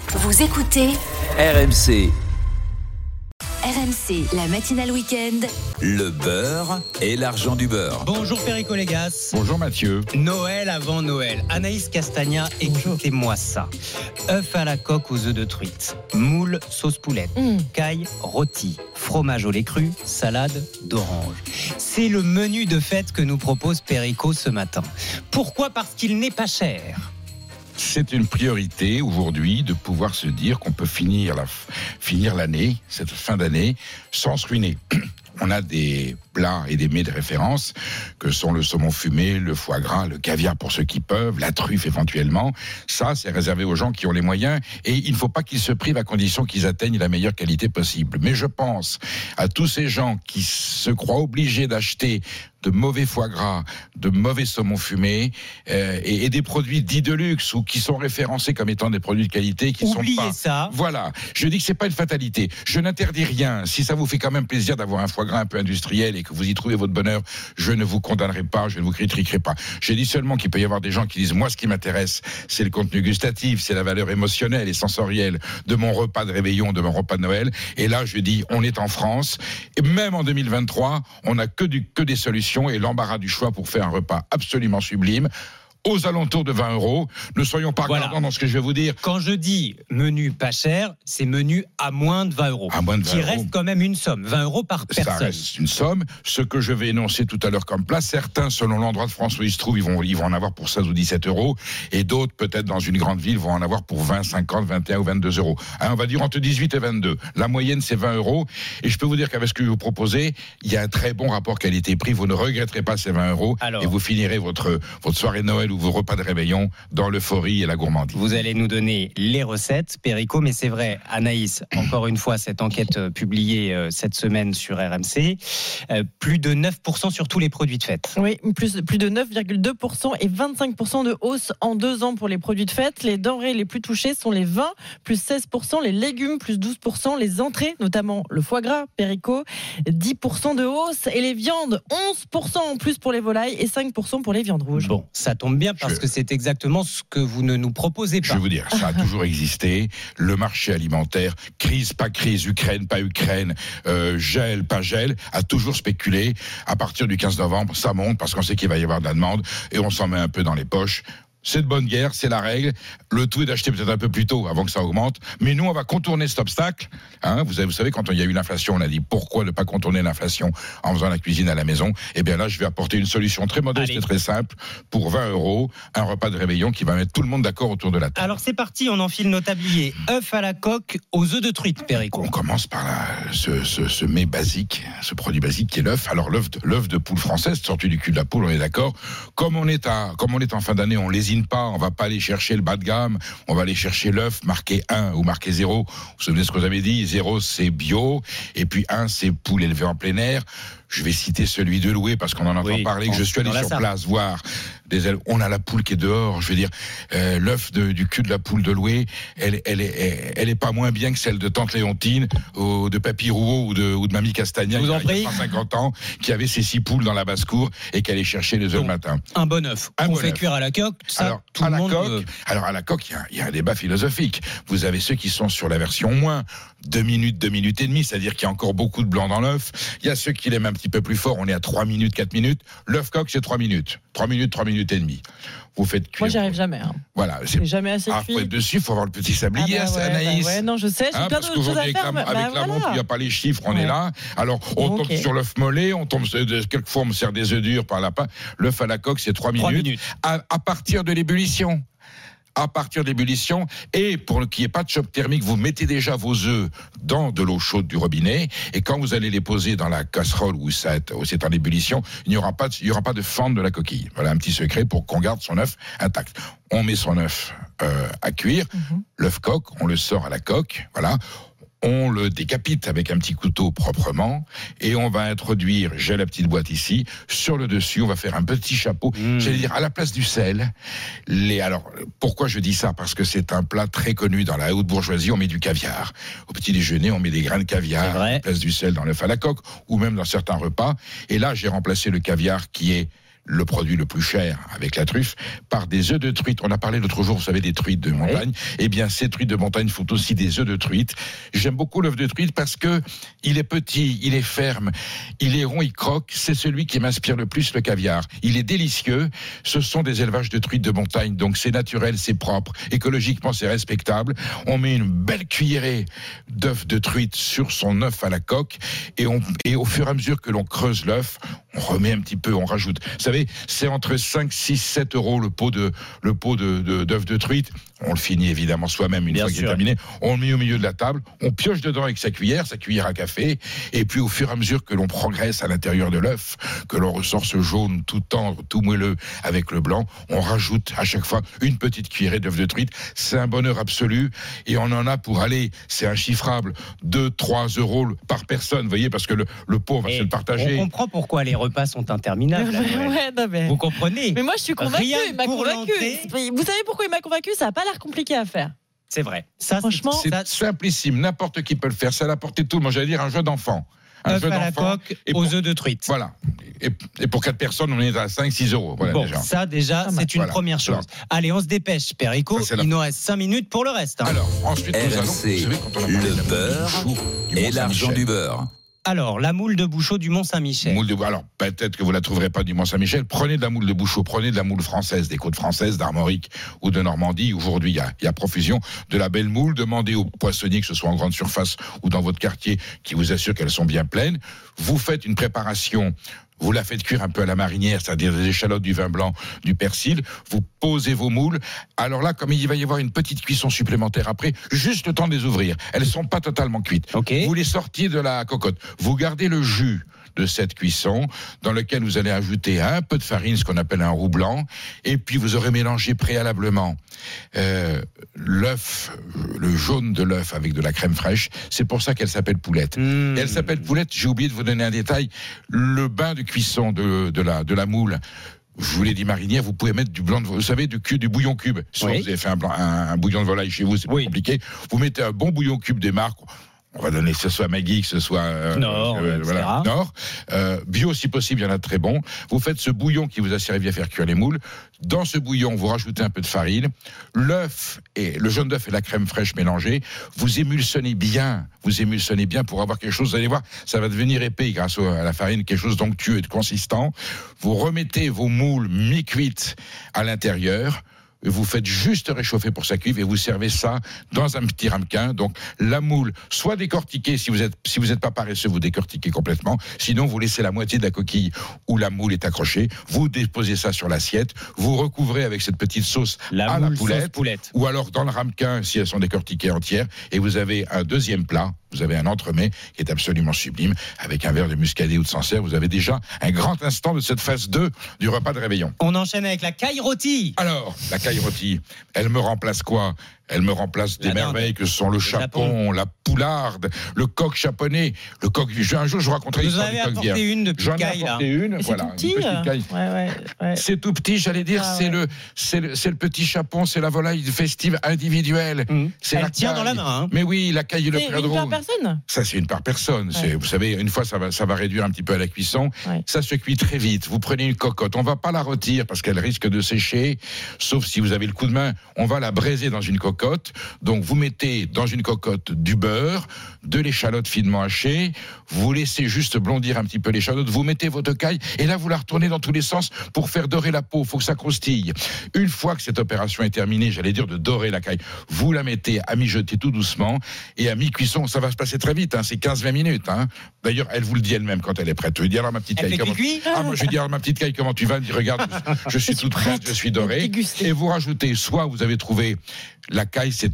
Vous écoutez RMC. RMC, la matinale week-end. Le beurre et l'argent du beurre. Bonjour Perico Légas. Bonjour Mathieu. Noël avant Noël. Anaïs Castagna, écoutez-moi ça. Œuf à la coque aux œufs de truite. Moule sauce poulette. Caille rôti. Fromage au lait cru. Salade d'orange. C'est le menu de fête que nous propose Perico ce matin. Pourquoi ? Parce qu'il n'est pas cher. C'est une priorité aujourd'hui de pouvoir se dire qu'on peut finir l'année, cette fin d'année, sans se ruiner. On a des plats et des mets de référence que sont le saumon fumé, le foie gras, le caviar pour ceux qui peuvent, la truffe éventuellement. Ça, c'est réservé aux gens qui ont les moyens et il ne faut pas qu'ils se privent à condition qu'ils atteignent la meilleure qualité possible. Mais je pense à tous ces gens qui se croient obligés d'acheter de mauvais foie gras, de mauvais saumon fumé et des produits dits de luxe ou qui sont référencés comme étant des produits de qualité qui Oubliez sont pas... ça. Voilà, je dis que c'est pas une fatalité. Je n'interdis rien. Si ça vous fait quand même plaisir d'avoir un foie gras un peu industriel et que vous y trouvez votre bonheur, je ne vous condamnerai pas, je ne vous critiquerai pas. Je dis seulement qu'il peut y avoir des gens qui disent moi ce qui m'intéresse, c'est le contenu gustatif, c'est la valeur émotionnelle et sensorielle de mon repas de réveillon, de mon repas de Noël. Et là, je dis on est en France et même en 2023, on n'a que des solutions et l'embarras du choix pour faire un repas absolument sublime. Aux alentours de 20 €. Ne soyons pas regardants dans ce que je vais vous dire. Quand je dis menu pas cher, c'est menu à moins de 20 €. À moins de 20 qui €. reste quand même une somme. 20 € par personne. Ça reste une somme. Ce que je vais énoncer tout à l'heure comme plat, certains, selon l'endroit de France où ils se trouvent, ils vont en avoir pour 16 ou 17 €. Et d'autres, peut-être dans une grande ville, vont en avoir pour 20, 50, 21 ou 22 €. On va dire entre 18 et 22. La moyenne, c'est 20 €. Et je peux vous dire qu'avec ce que je vous proposez, il y a un très bon rapport qualité-prix. Vous ne regretterez pas ces 20 €. Alors, et vous finirez votre soirée de Noël ou vos repas de réveillon dans l'euphorie et la gourmandise. Vous allez nous donner les recettes, Perico, mais c'est vrai, Anaïs, encore une fois, cette enquête publiée cette semaine sur RMC, plus de 9% sur tous les produits de fête. Oui, plus de 9,2% et 25% de hausse en 2 ans pour les produits de fête. Les denrées les plus touchées sont les vins, plus 16%, les légumes, plus 12%, les entrées, notamment le foie gras, Perico, 10% de hausse, et les viandes, 11% en plus pour les volailles et 5% pour les viandes rouges. Bon, ça tombe bien parce que c'est exactement ce que vous ne nous proposez pas. Je vais vous dire, ça a toujours existé. Le marché alimentaire, crise, pas crise, Ukraine, pas Ukraine, gel, pas gel, a toujours spéculé. À partir du 15 novembre, ça monte parce qu'on sait qu'il va y avoir de la demande et on s'en met un peu dans les poches. C'est de bonne guerre, c'est la règle. Le tout est d'acheter peut-être un peu plus tôt avant que ça augmente. Mais nous, on va contourner cet obstacle. Vous savez, quand il y a eu l'inflation, on a dit pourquoi ne pas contourner l'inflation en faisant la cuisine à la maison. Eh bien là, je vais apporter une solution très modeste et très simple pour 20 €, un repas de réveillon qui va mettre tout le monde d'accord autour de la table. Alors c'est parti, on enfile nos tabliers. Œuf à la coque aux œufs de truite, Perico. On commence par ce mets basique, ce produit basique qui est l'œuf. Alors l'œuf de poule française, sorti du cul de la poule, on est d'accord. Comme on est en fin d'année, on lésine pas, on va pas aller chercher le bas de gamme, on va aller chercher l'œuf marqué 1 ou marqué 0. Vous vous souvenez ce que vous avez dit, 0 c'est bio, et puis 1 c'est poule élevée en plein air. Je vais citer celui de Loué parce qu'on en entend parler, que je suis allé sur place voir des ailes. On a la poule qui est dehors, je veux dire, l'œuf du cul de la poule de Loué, elle est pas moins bien que celle de tante Léontine, de Papy Rouault ou de Mamie Castagna, il y a 150 ans, qui avait ses 6 poules dans la basse-cour et qui allait chercher les œufs le matin. Un bon œuf, on fait cuire à la coque, ça, alors, tout le monde... Alors à la coque, il y a un débat philosophique. Vous avez ceux qui sont sur la version moins, 2 minutes, 2 minutes et demie, c'est-à-dire qu'il y a encore beaucoup de blanc dans l'œuf. Il y a ceux qui l'aiment un petit peu plus fort, on est à 3 minutes, 4 minutes. L'œuf coque, c'est 3 minutes. 3 minutes, 3 minutes et demie. Vous faites cuire. Moi, j'y arrive jamais. Voilà. C'est jamais assez cuit. Après, dessus, il faut avoir le petit sablier, Anaïs. Non, je sais, j'ai plein d'autres choses à faire. Avec la montre, il n'y a pas les chiffres, on est là. Alors, on tombe sur l'œuf mollet, quelquefois, on me sert des œufs durs par là. L'œuf à la coque, c'est 3 minutes. À partir de l'ébullition. Et pour qu'il n'y ait pas de choc thermique, vous mettez déjà vos œufs dans de l'eau chaude du robinet et quand vous allez les poser dans la casserole où c'est en ébullition, il n'y aura pas de fente de la coquille. Voilà un petit secret pour qu'on garde son œuf intact. On met son œuf à cuire, l'œuf coque, on le sort à la coque, voilà. On le décapite avec un petit couteau proprement et on va introduire, j'ai la petite boîte ici, sur le dessus, on va faire un petit chapeau. J'allais dire, à la place du sel, alors, pourquoi je dis ça ? Parce que c'est un plat très connu dans la haute bourgeoisie, on met du caviar. Au petit déjeuner, on met des grains de caviar à la place du sel dans l'œuf à la coque ou même dans certains repas. Et là, j'ai remplacé le caviar qui est le produit le plus cher avec la truffe, par des œufs de truite. On a parlé l'autre jour, vous savez, des truites de montagne. Eh bien, ces truites de montagne font aussi des œufs de truite. J'aime beaucoup l'œuf de truite parce que il est petit, il est ferme, il est rond, il croque. C'est celui qui m'inspire le plus le caviar. Il est délicieux. Ce sont des élevages de truites de montagne, donc c'est naturel, c'est propre. Écologiquement, c'est respectable. On met une belle cuillerée d'œuf de truite sur son œuf à la coque et au fur et à mesure que l'on creuse l'œuf, on remet un petit peu, on rajoute. Vous savez, c'est entre 5, 6, 7 euros le pot d'œuf de truite. On le finit évidemment soi-même une fois qu'il est terminé. On le met au milieu de la table, on pioche dedans avec sa cuillère à café, et puis au fur et à mesure que l'on progresse à l'intérieur de l'œuf, que l'on ressort ce jaune tout tendre, tout moelleux avec le blanc, on rajoute à chaque fois une petite cuillerée d'œuf de truite. C'est un bonheur absolu, et on en a pour aller, c'est inchiffrable, 2-3 euros par personne, vous voyez, parce que le pot, on va se le partager. On comprend pourquoi les repas sont interminables. Vous comprenez? Mais moi, je suis convaincue. Rien Il m'a pour convaincu. l'entrée. Vous savez pourquoi il m'a convaincu? Ça n'a pas l'air compliqué à faire. C'est vrai. Ça, franchement, c'est simplissime. N'importe qui peut le faire. C'est à la portée de tout. Moi, j'allais dire un jeu d'enfant. œuf à la coque aux œufs de truite. Voilà. Et pour 4 personnes, on est à 5-6 euros. Voilà, bon, déjà. Ça, déjà, c'est une première chose. Voilà. Allez, on se dépêche, Perico. Il nous reste 5 minutes pour le reste. Alors, ensuite, nous allons, vous savez, quand on a le beurre et l'argent du beurre. Alors, la moule de Bouchot du Mont-Saint-Michel. Alors, peut-être que vous la trouverez pas du Mont-Saint-Michel. Prenez de la moule de Bouchot, prenez de la moule française, des côtes françaises, d'Armorique ou de Normandie. Aujourd'hui, il y a profusion de la belle moule. Demandez aux poissonniers, que ce soit en grande surface ou dans votre quartier, qui vous assurent qu'elles sont bien pleines. Vous faites une préparation. Vous la faites cuire un peu à la marinière, c'est-à-dire des échalotes, du vin blanc, du persil. Vous posez vos moules. Alors là, comme il va y avoir une petite cuisson supplémentaire après, juste le temps de les ouvrir. Elles ne sont pas totalement cuites. Okay. Vous les sortiez de la cocotte. Vous gardez le jus de cette cuisson, dans lequel vous allez ajouter un peu de farine, ce qu'on appelle un roux blanc, et puis vous aurez mélangé préalablement l'œuf, le jaune de l'œuf avec de la crème fraîche. C'est pour ça qu'elle s'appelle poulette. Et elle s'appelle poulette, j'ai oublié de vous donner un détail, le bain de cuisson de la moule, je vous l'ai dit marinière, vous pouvez mettre du blanc de, vous savez, du bouillon cube. Si vous avez fait un bouillon de volaille chez vous, c'est pas compliqué. Vous mettez un bon bouillon cube des marques. On va donner que ce soit Maggi, que ce soit Nord, Nord. Bio si possible, il y en a de très bons. Vous faites ce bouillon qui vous a servi à faire cuire les moules. Dans ce bouillon, vous rajoutez un peu de farine, l'œuf et le jaune d'œuf et la crème fraîche mélangée. Vous émulsionnez bien pour avoir quelque chose. Vous allez voir, ça va devenir épais grâce à la farine, quelque chose d'onctueux et de consistant. Vous remettez vos moules mi-cuites à l'intérieur. Vous faites juste réchauffer pour sa cuve et vous servez ça dans un petit ramequin. Donc la moule, soit décortiquée, si vous êtes pas paresseux, vous décortiquez complètement. Sinon, vous laissez la moitié de la coquille où la moule est accrochée. Vous déposez ça sur l'assiette. Vous recouvrez avec cette petite sauce à la poulette. Ou alors dans le ramequin, si elles sont décortiquées entières. Et vous avez un deuxième plat. Vous avez un entremets qui est absolument sublime, avec un verre de muscadet ou de Sancerre. Vous avez déjà un grand instant de cette phase 2 du repas de réveillon. On enchaîne avec la caille rôtie. Alors, la caille rôtie, elle me remplace quoi ? Elle me remplace des merveilles que sont le chapon, la poularde, le coq chaponné, le coq vierge. Un jour, je vous raconterai l'histoire du coq vierge. Une de petite caille, là. Voilà, c'est tout petit. Ouais. C'est tout petit, j'allais dire. C'est le petit chapon, c'est la volaille festive individuelle. Elle tient dans la main. Mais oui, la caille est le plus drôle. C'est une par personne. Ça, c'est une par personne. Ouais. Vous savez, une fois, ça va réduire un petit peu à la cuisson. Ouais. Ça se cuit très vite. Vous prenez une cocotte. On va pas la rôtir parce qu'elle risque de sécher. Sauf si vous avez le coup de main. On va la braiser dans une cocotte. Donc, vous mettez dans une cocotte du beurre, de l'échalote finement hachée. Vous laissez juste blondir un petit peu l'échalote. Vous mettez votre caille. Et là, vous la retournez dans tous les sens pour faire dorer la peau. Il faut que ça croustille. Une fois que cette opération est terminée, j'allais dire de dorer la caille, vous la mettez à mijoter tout doucement. Et à mi-cuisson, ça va se passer très vite. C'est 15-20 minutes. D'ailleurs, elle vous le dit elle-même quand elle est prête. Je lui dis alors ma petite caille, comment moi je lui dis alors ma petite caille, comment tu vas? Elle me dit regarde, je suis toute prête, je suis dorée. Et vous rajoutez, soit vous avez trouvé la caille, c'est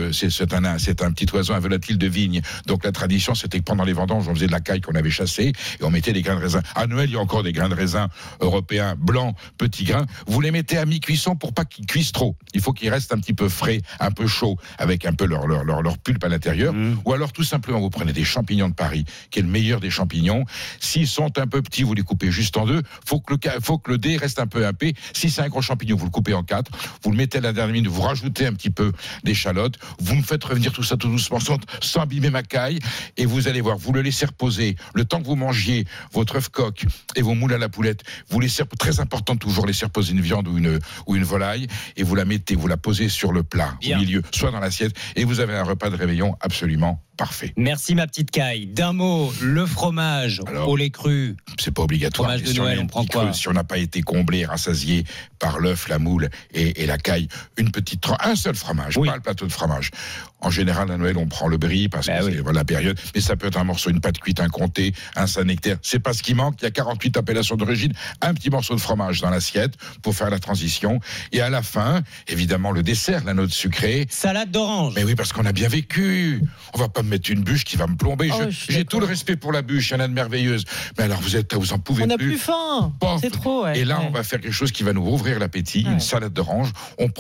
un petit oiseau, un volatile de vigne. Donc la tradition, c'était que pendant les vendanges, on faisait de la caille qu'on avait chassée et on mettait des grains de raisin. À Noël, il y a encore des grains de raisin européens, blancs, petits grains. Vous les mettez à mi-cuisson pour pas qu'ils cuisent trop. Il faut qu'ils restent un petit peu frais, un peu chauds, avec un peu leur pulpe à l'intérieur. Ou alors tout simplement, vous prenez des champignons de Paris, qui est le meilleur des champignons. S'ils sont un peu petits, vous les coupez juste en deux. Faut que le dé reste un peu épais. Si c'est un gros champignon, vous le coupez en 4. Vous le mettez à la dernière minute, vous rajoutez un petit peu d'échalotes. Vous me faites revenir tout ça tout doucement, sans abîmer ma caille, et vous allez voir, vous le laissez reposer. Le temps que vous mangiez votre œuf coq et vos moules à la poulette, vous laissez, très important de toujours laisser reposer une viande ou une volaille, et vous la posez sur le plat, au milieu, soit dans l'assiette, et vous avez un repas de réveillon absolument parfait. Merci ma petite caille. D'un mot, le fromage au lait cru. C'est pas obligatoire. Fromage de Noël, on prend quoi ? Si on n'a pas été comblé, rassasié par l'œuf, la moule et la caille, un seul fromage, pas le plateau de fromage. En général, à Noël, on prend le brie parce que c'est la période, mais ça peut être un morceau, une pâte cuite, un comté, un Saint-Nectaire. C'est pas ce qui manque. Il y a 48 appellations d'origine. Un petit morceau de fromage dans l'assiette pour faire la transition. Et à la fin, évidemment, le dessert, la note sucrée. Salade d'orange. Mais oui, parce qu'on a bien vécu. On va pas me mettre une bûche qui va me plomber. J'ai tout le respect pour la bûche, il y en a de merveilleuse. Mais alors, vous en pouvez plus. On n'a plus faim. C'est trop, Et là, on va faire quelque chose qui va nous rouvrir l'appétit. Une salade d'orange.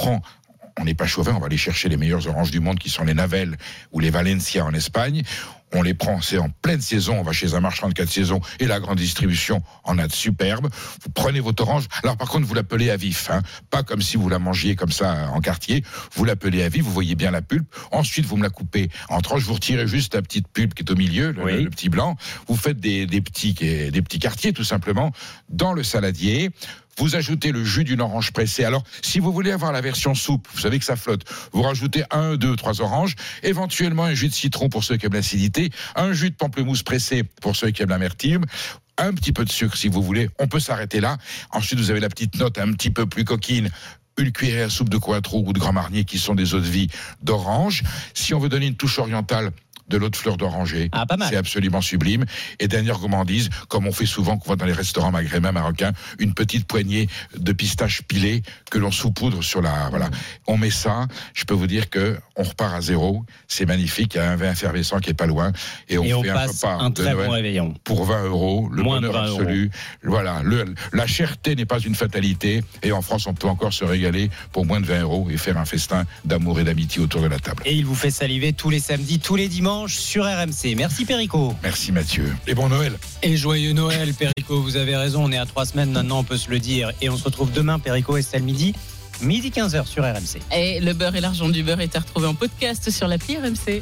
On n'est pas chauvin, on va aller chercher les meilleures oranges du monde qui sont les Navel ou les Valencia en Espagne. On les prend, c'est en pleine saison, on va chez un marchand de 4 saisons et la grande distribution en a de superbes. Vous prenez votre orange, alors par contre vous la pelez à vif, pas comme si vous la mangiez comme ça en quartier, vous la pelez à vif, vous voyez bien la pulpe, ensuite vous me la coupez en tranches, vous retirez juste la petite pulpe qui est au milieu, le petit blanc, vous faites des petits quartiers tout simplement dans le saladier. Vous ajoutez le jus d'une orange pressée. Alors, si vous voulez avoir la version soupe, vous savez que ça flotte. Vous rajoutez 1, 2, 3 oranges, éventuellement un jus de citron pour ceux qui aiment l'acidité, un jus de pamplemousse pressé pour ceux qui aiment l'amertume, un petit peu de sucre si vous voulez. On peut s'arrêter là. Ensuite, vous avez la petite note un petit peu plus coquine. Une cuillerée à soupe de Cointreau ou de Grand Marnier qui sont des eaux de vie d'orange. Si on veut donner une touche orientale, de l'eau de fleur d'oranger, c'est absolument sublime. Et dernière gourmandise, comme on fait souvent, qu'on voit dans les restaurants maghrébins, marocains, une petite poignée de pistaches pilées que l'on saupoudre sur la... Voilà. On met ça, je peux vous dire que on repart à zéro, c'est magnifique, il y a un vin effervescent qui est pas loin, et on fait un repas de Noël bon réveillon. Pour 20 €, le bonheur absolu. Voilà, la cherté n'est pas une fatalité, et en France, on peut encore se régaler pour moins de 20 € et faire un festin d'amour et d'amitié autour de la table. Et il vous fait saliver tous les samedis, tous les dimanches, sur RMC. Merci Perico. Merci Mathieu. Et bon Noël. Et joyeux Noël Perico, vous avez raison, on est à 3 semaines maintenant, on peut se le dire. Et on se retrouve demain Perico et Estelle midi 15h sur RMC. Et le beurre et l'argent du beurre est à retrouver en podcast sur l'appli RMC.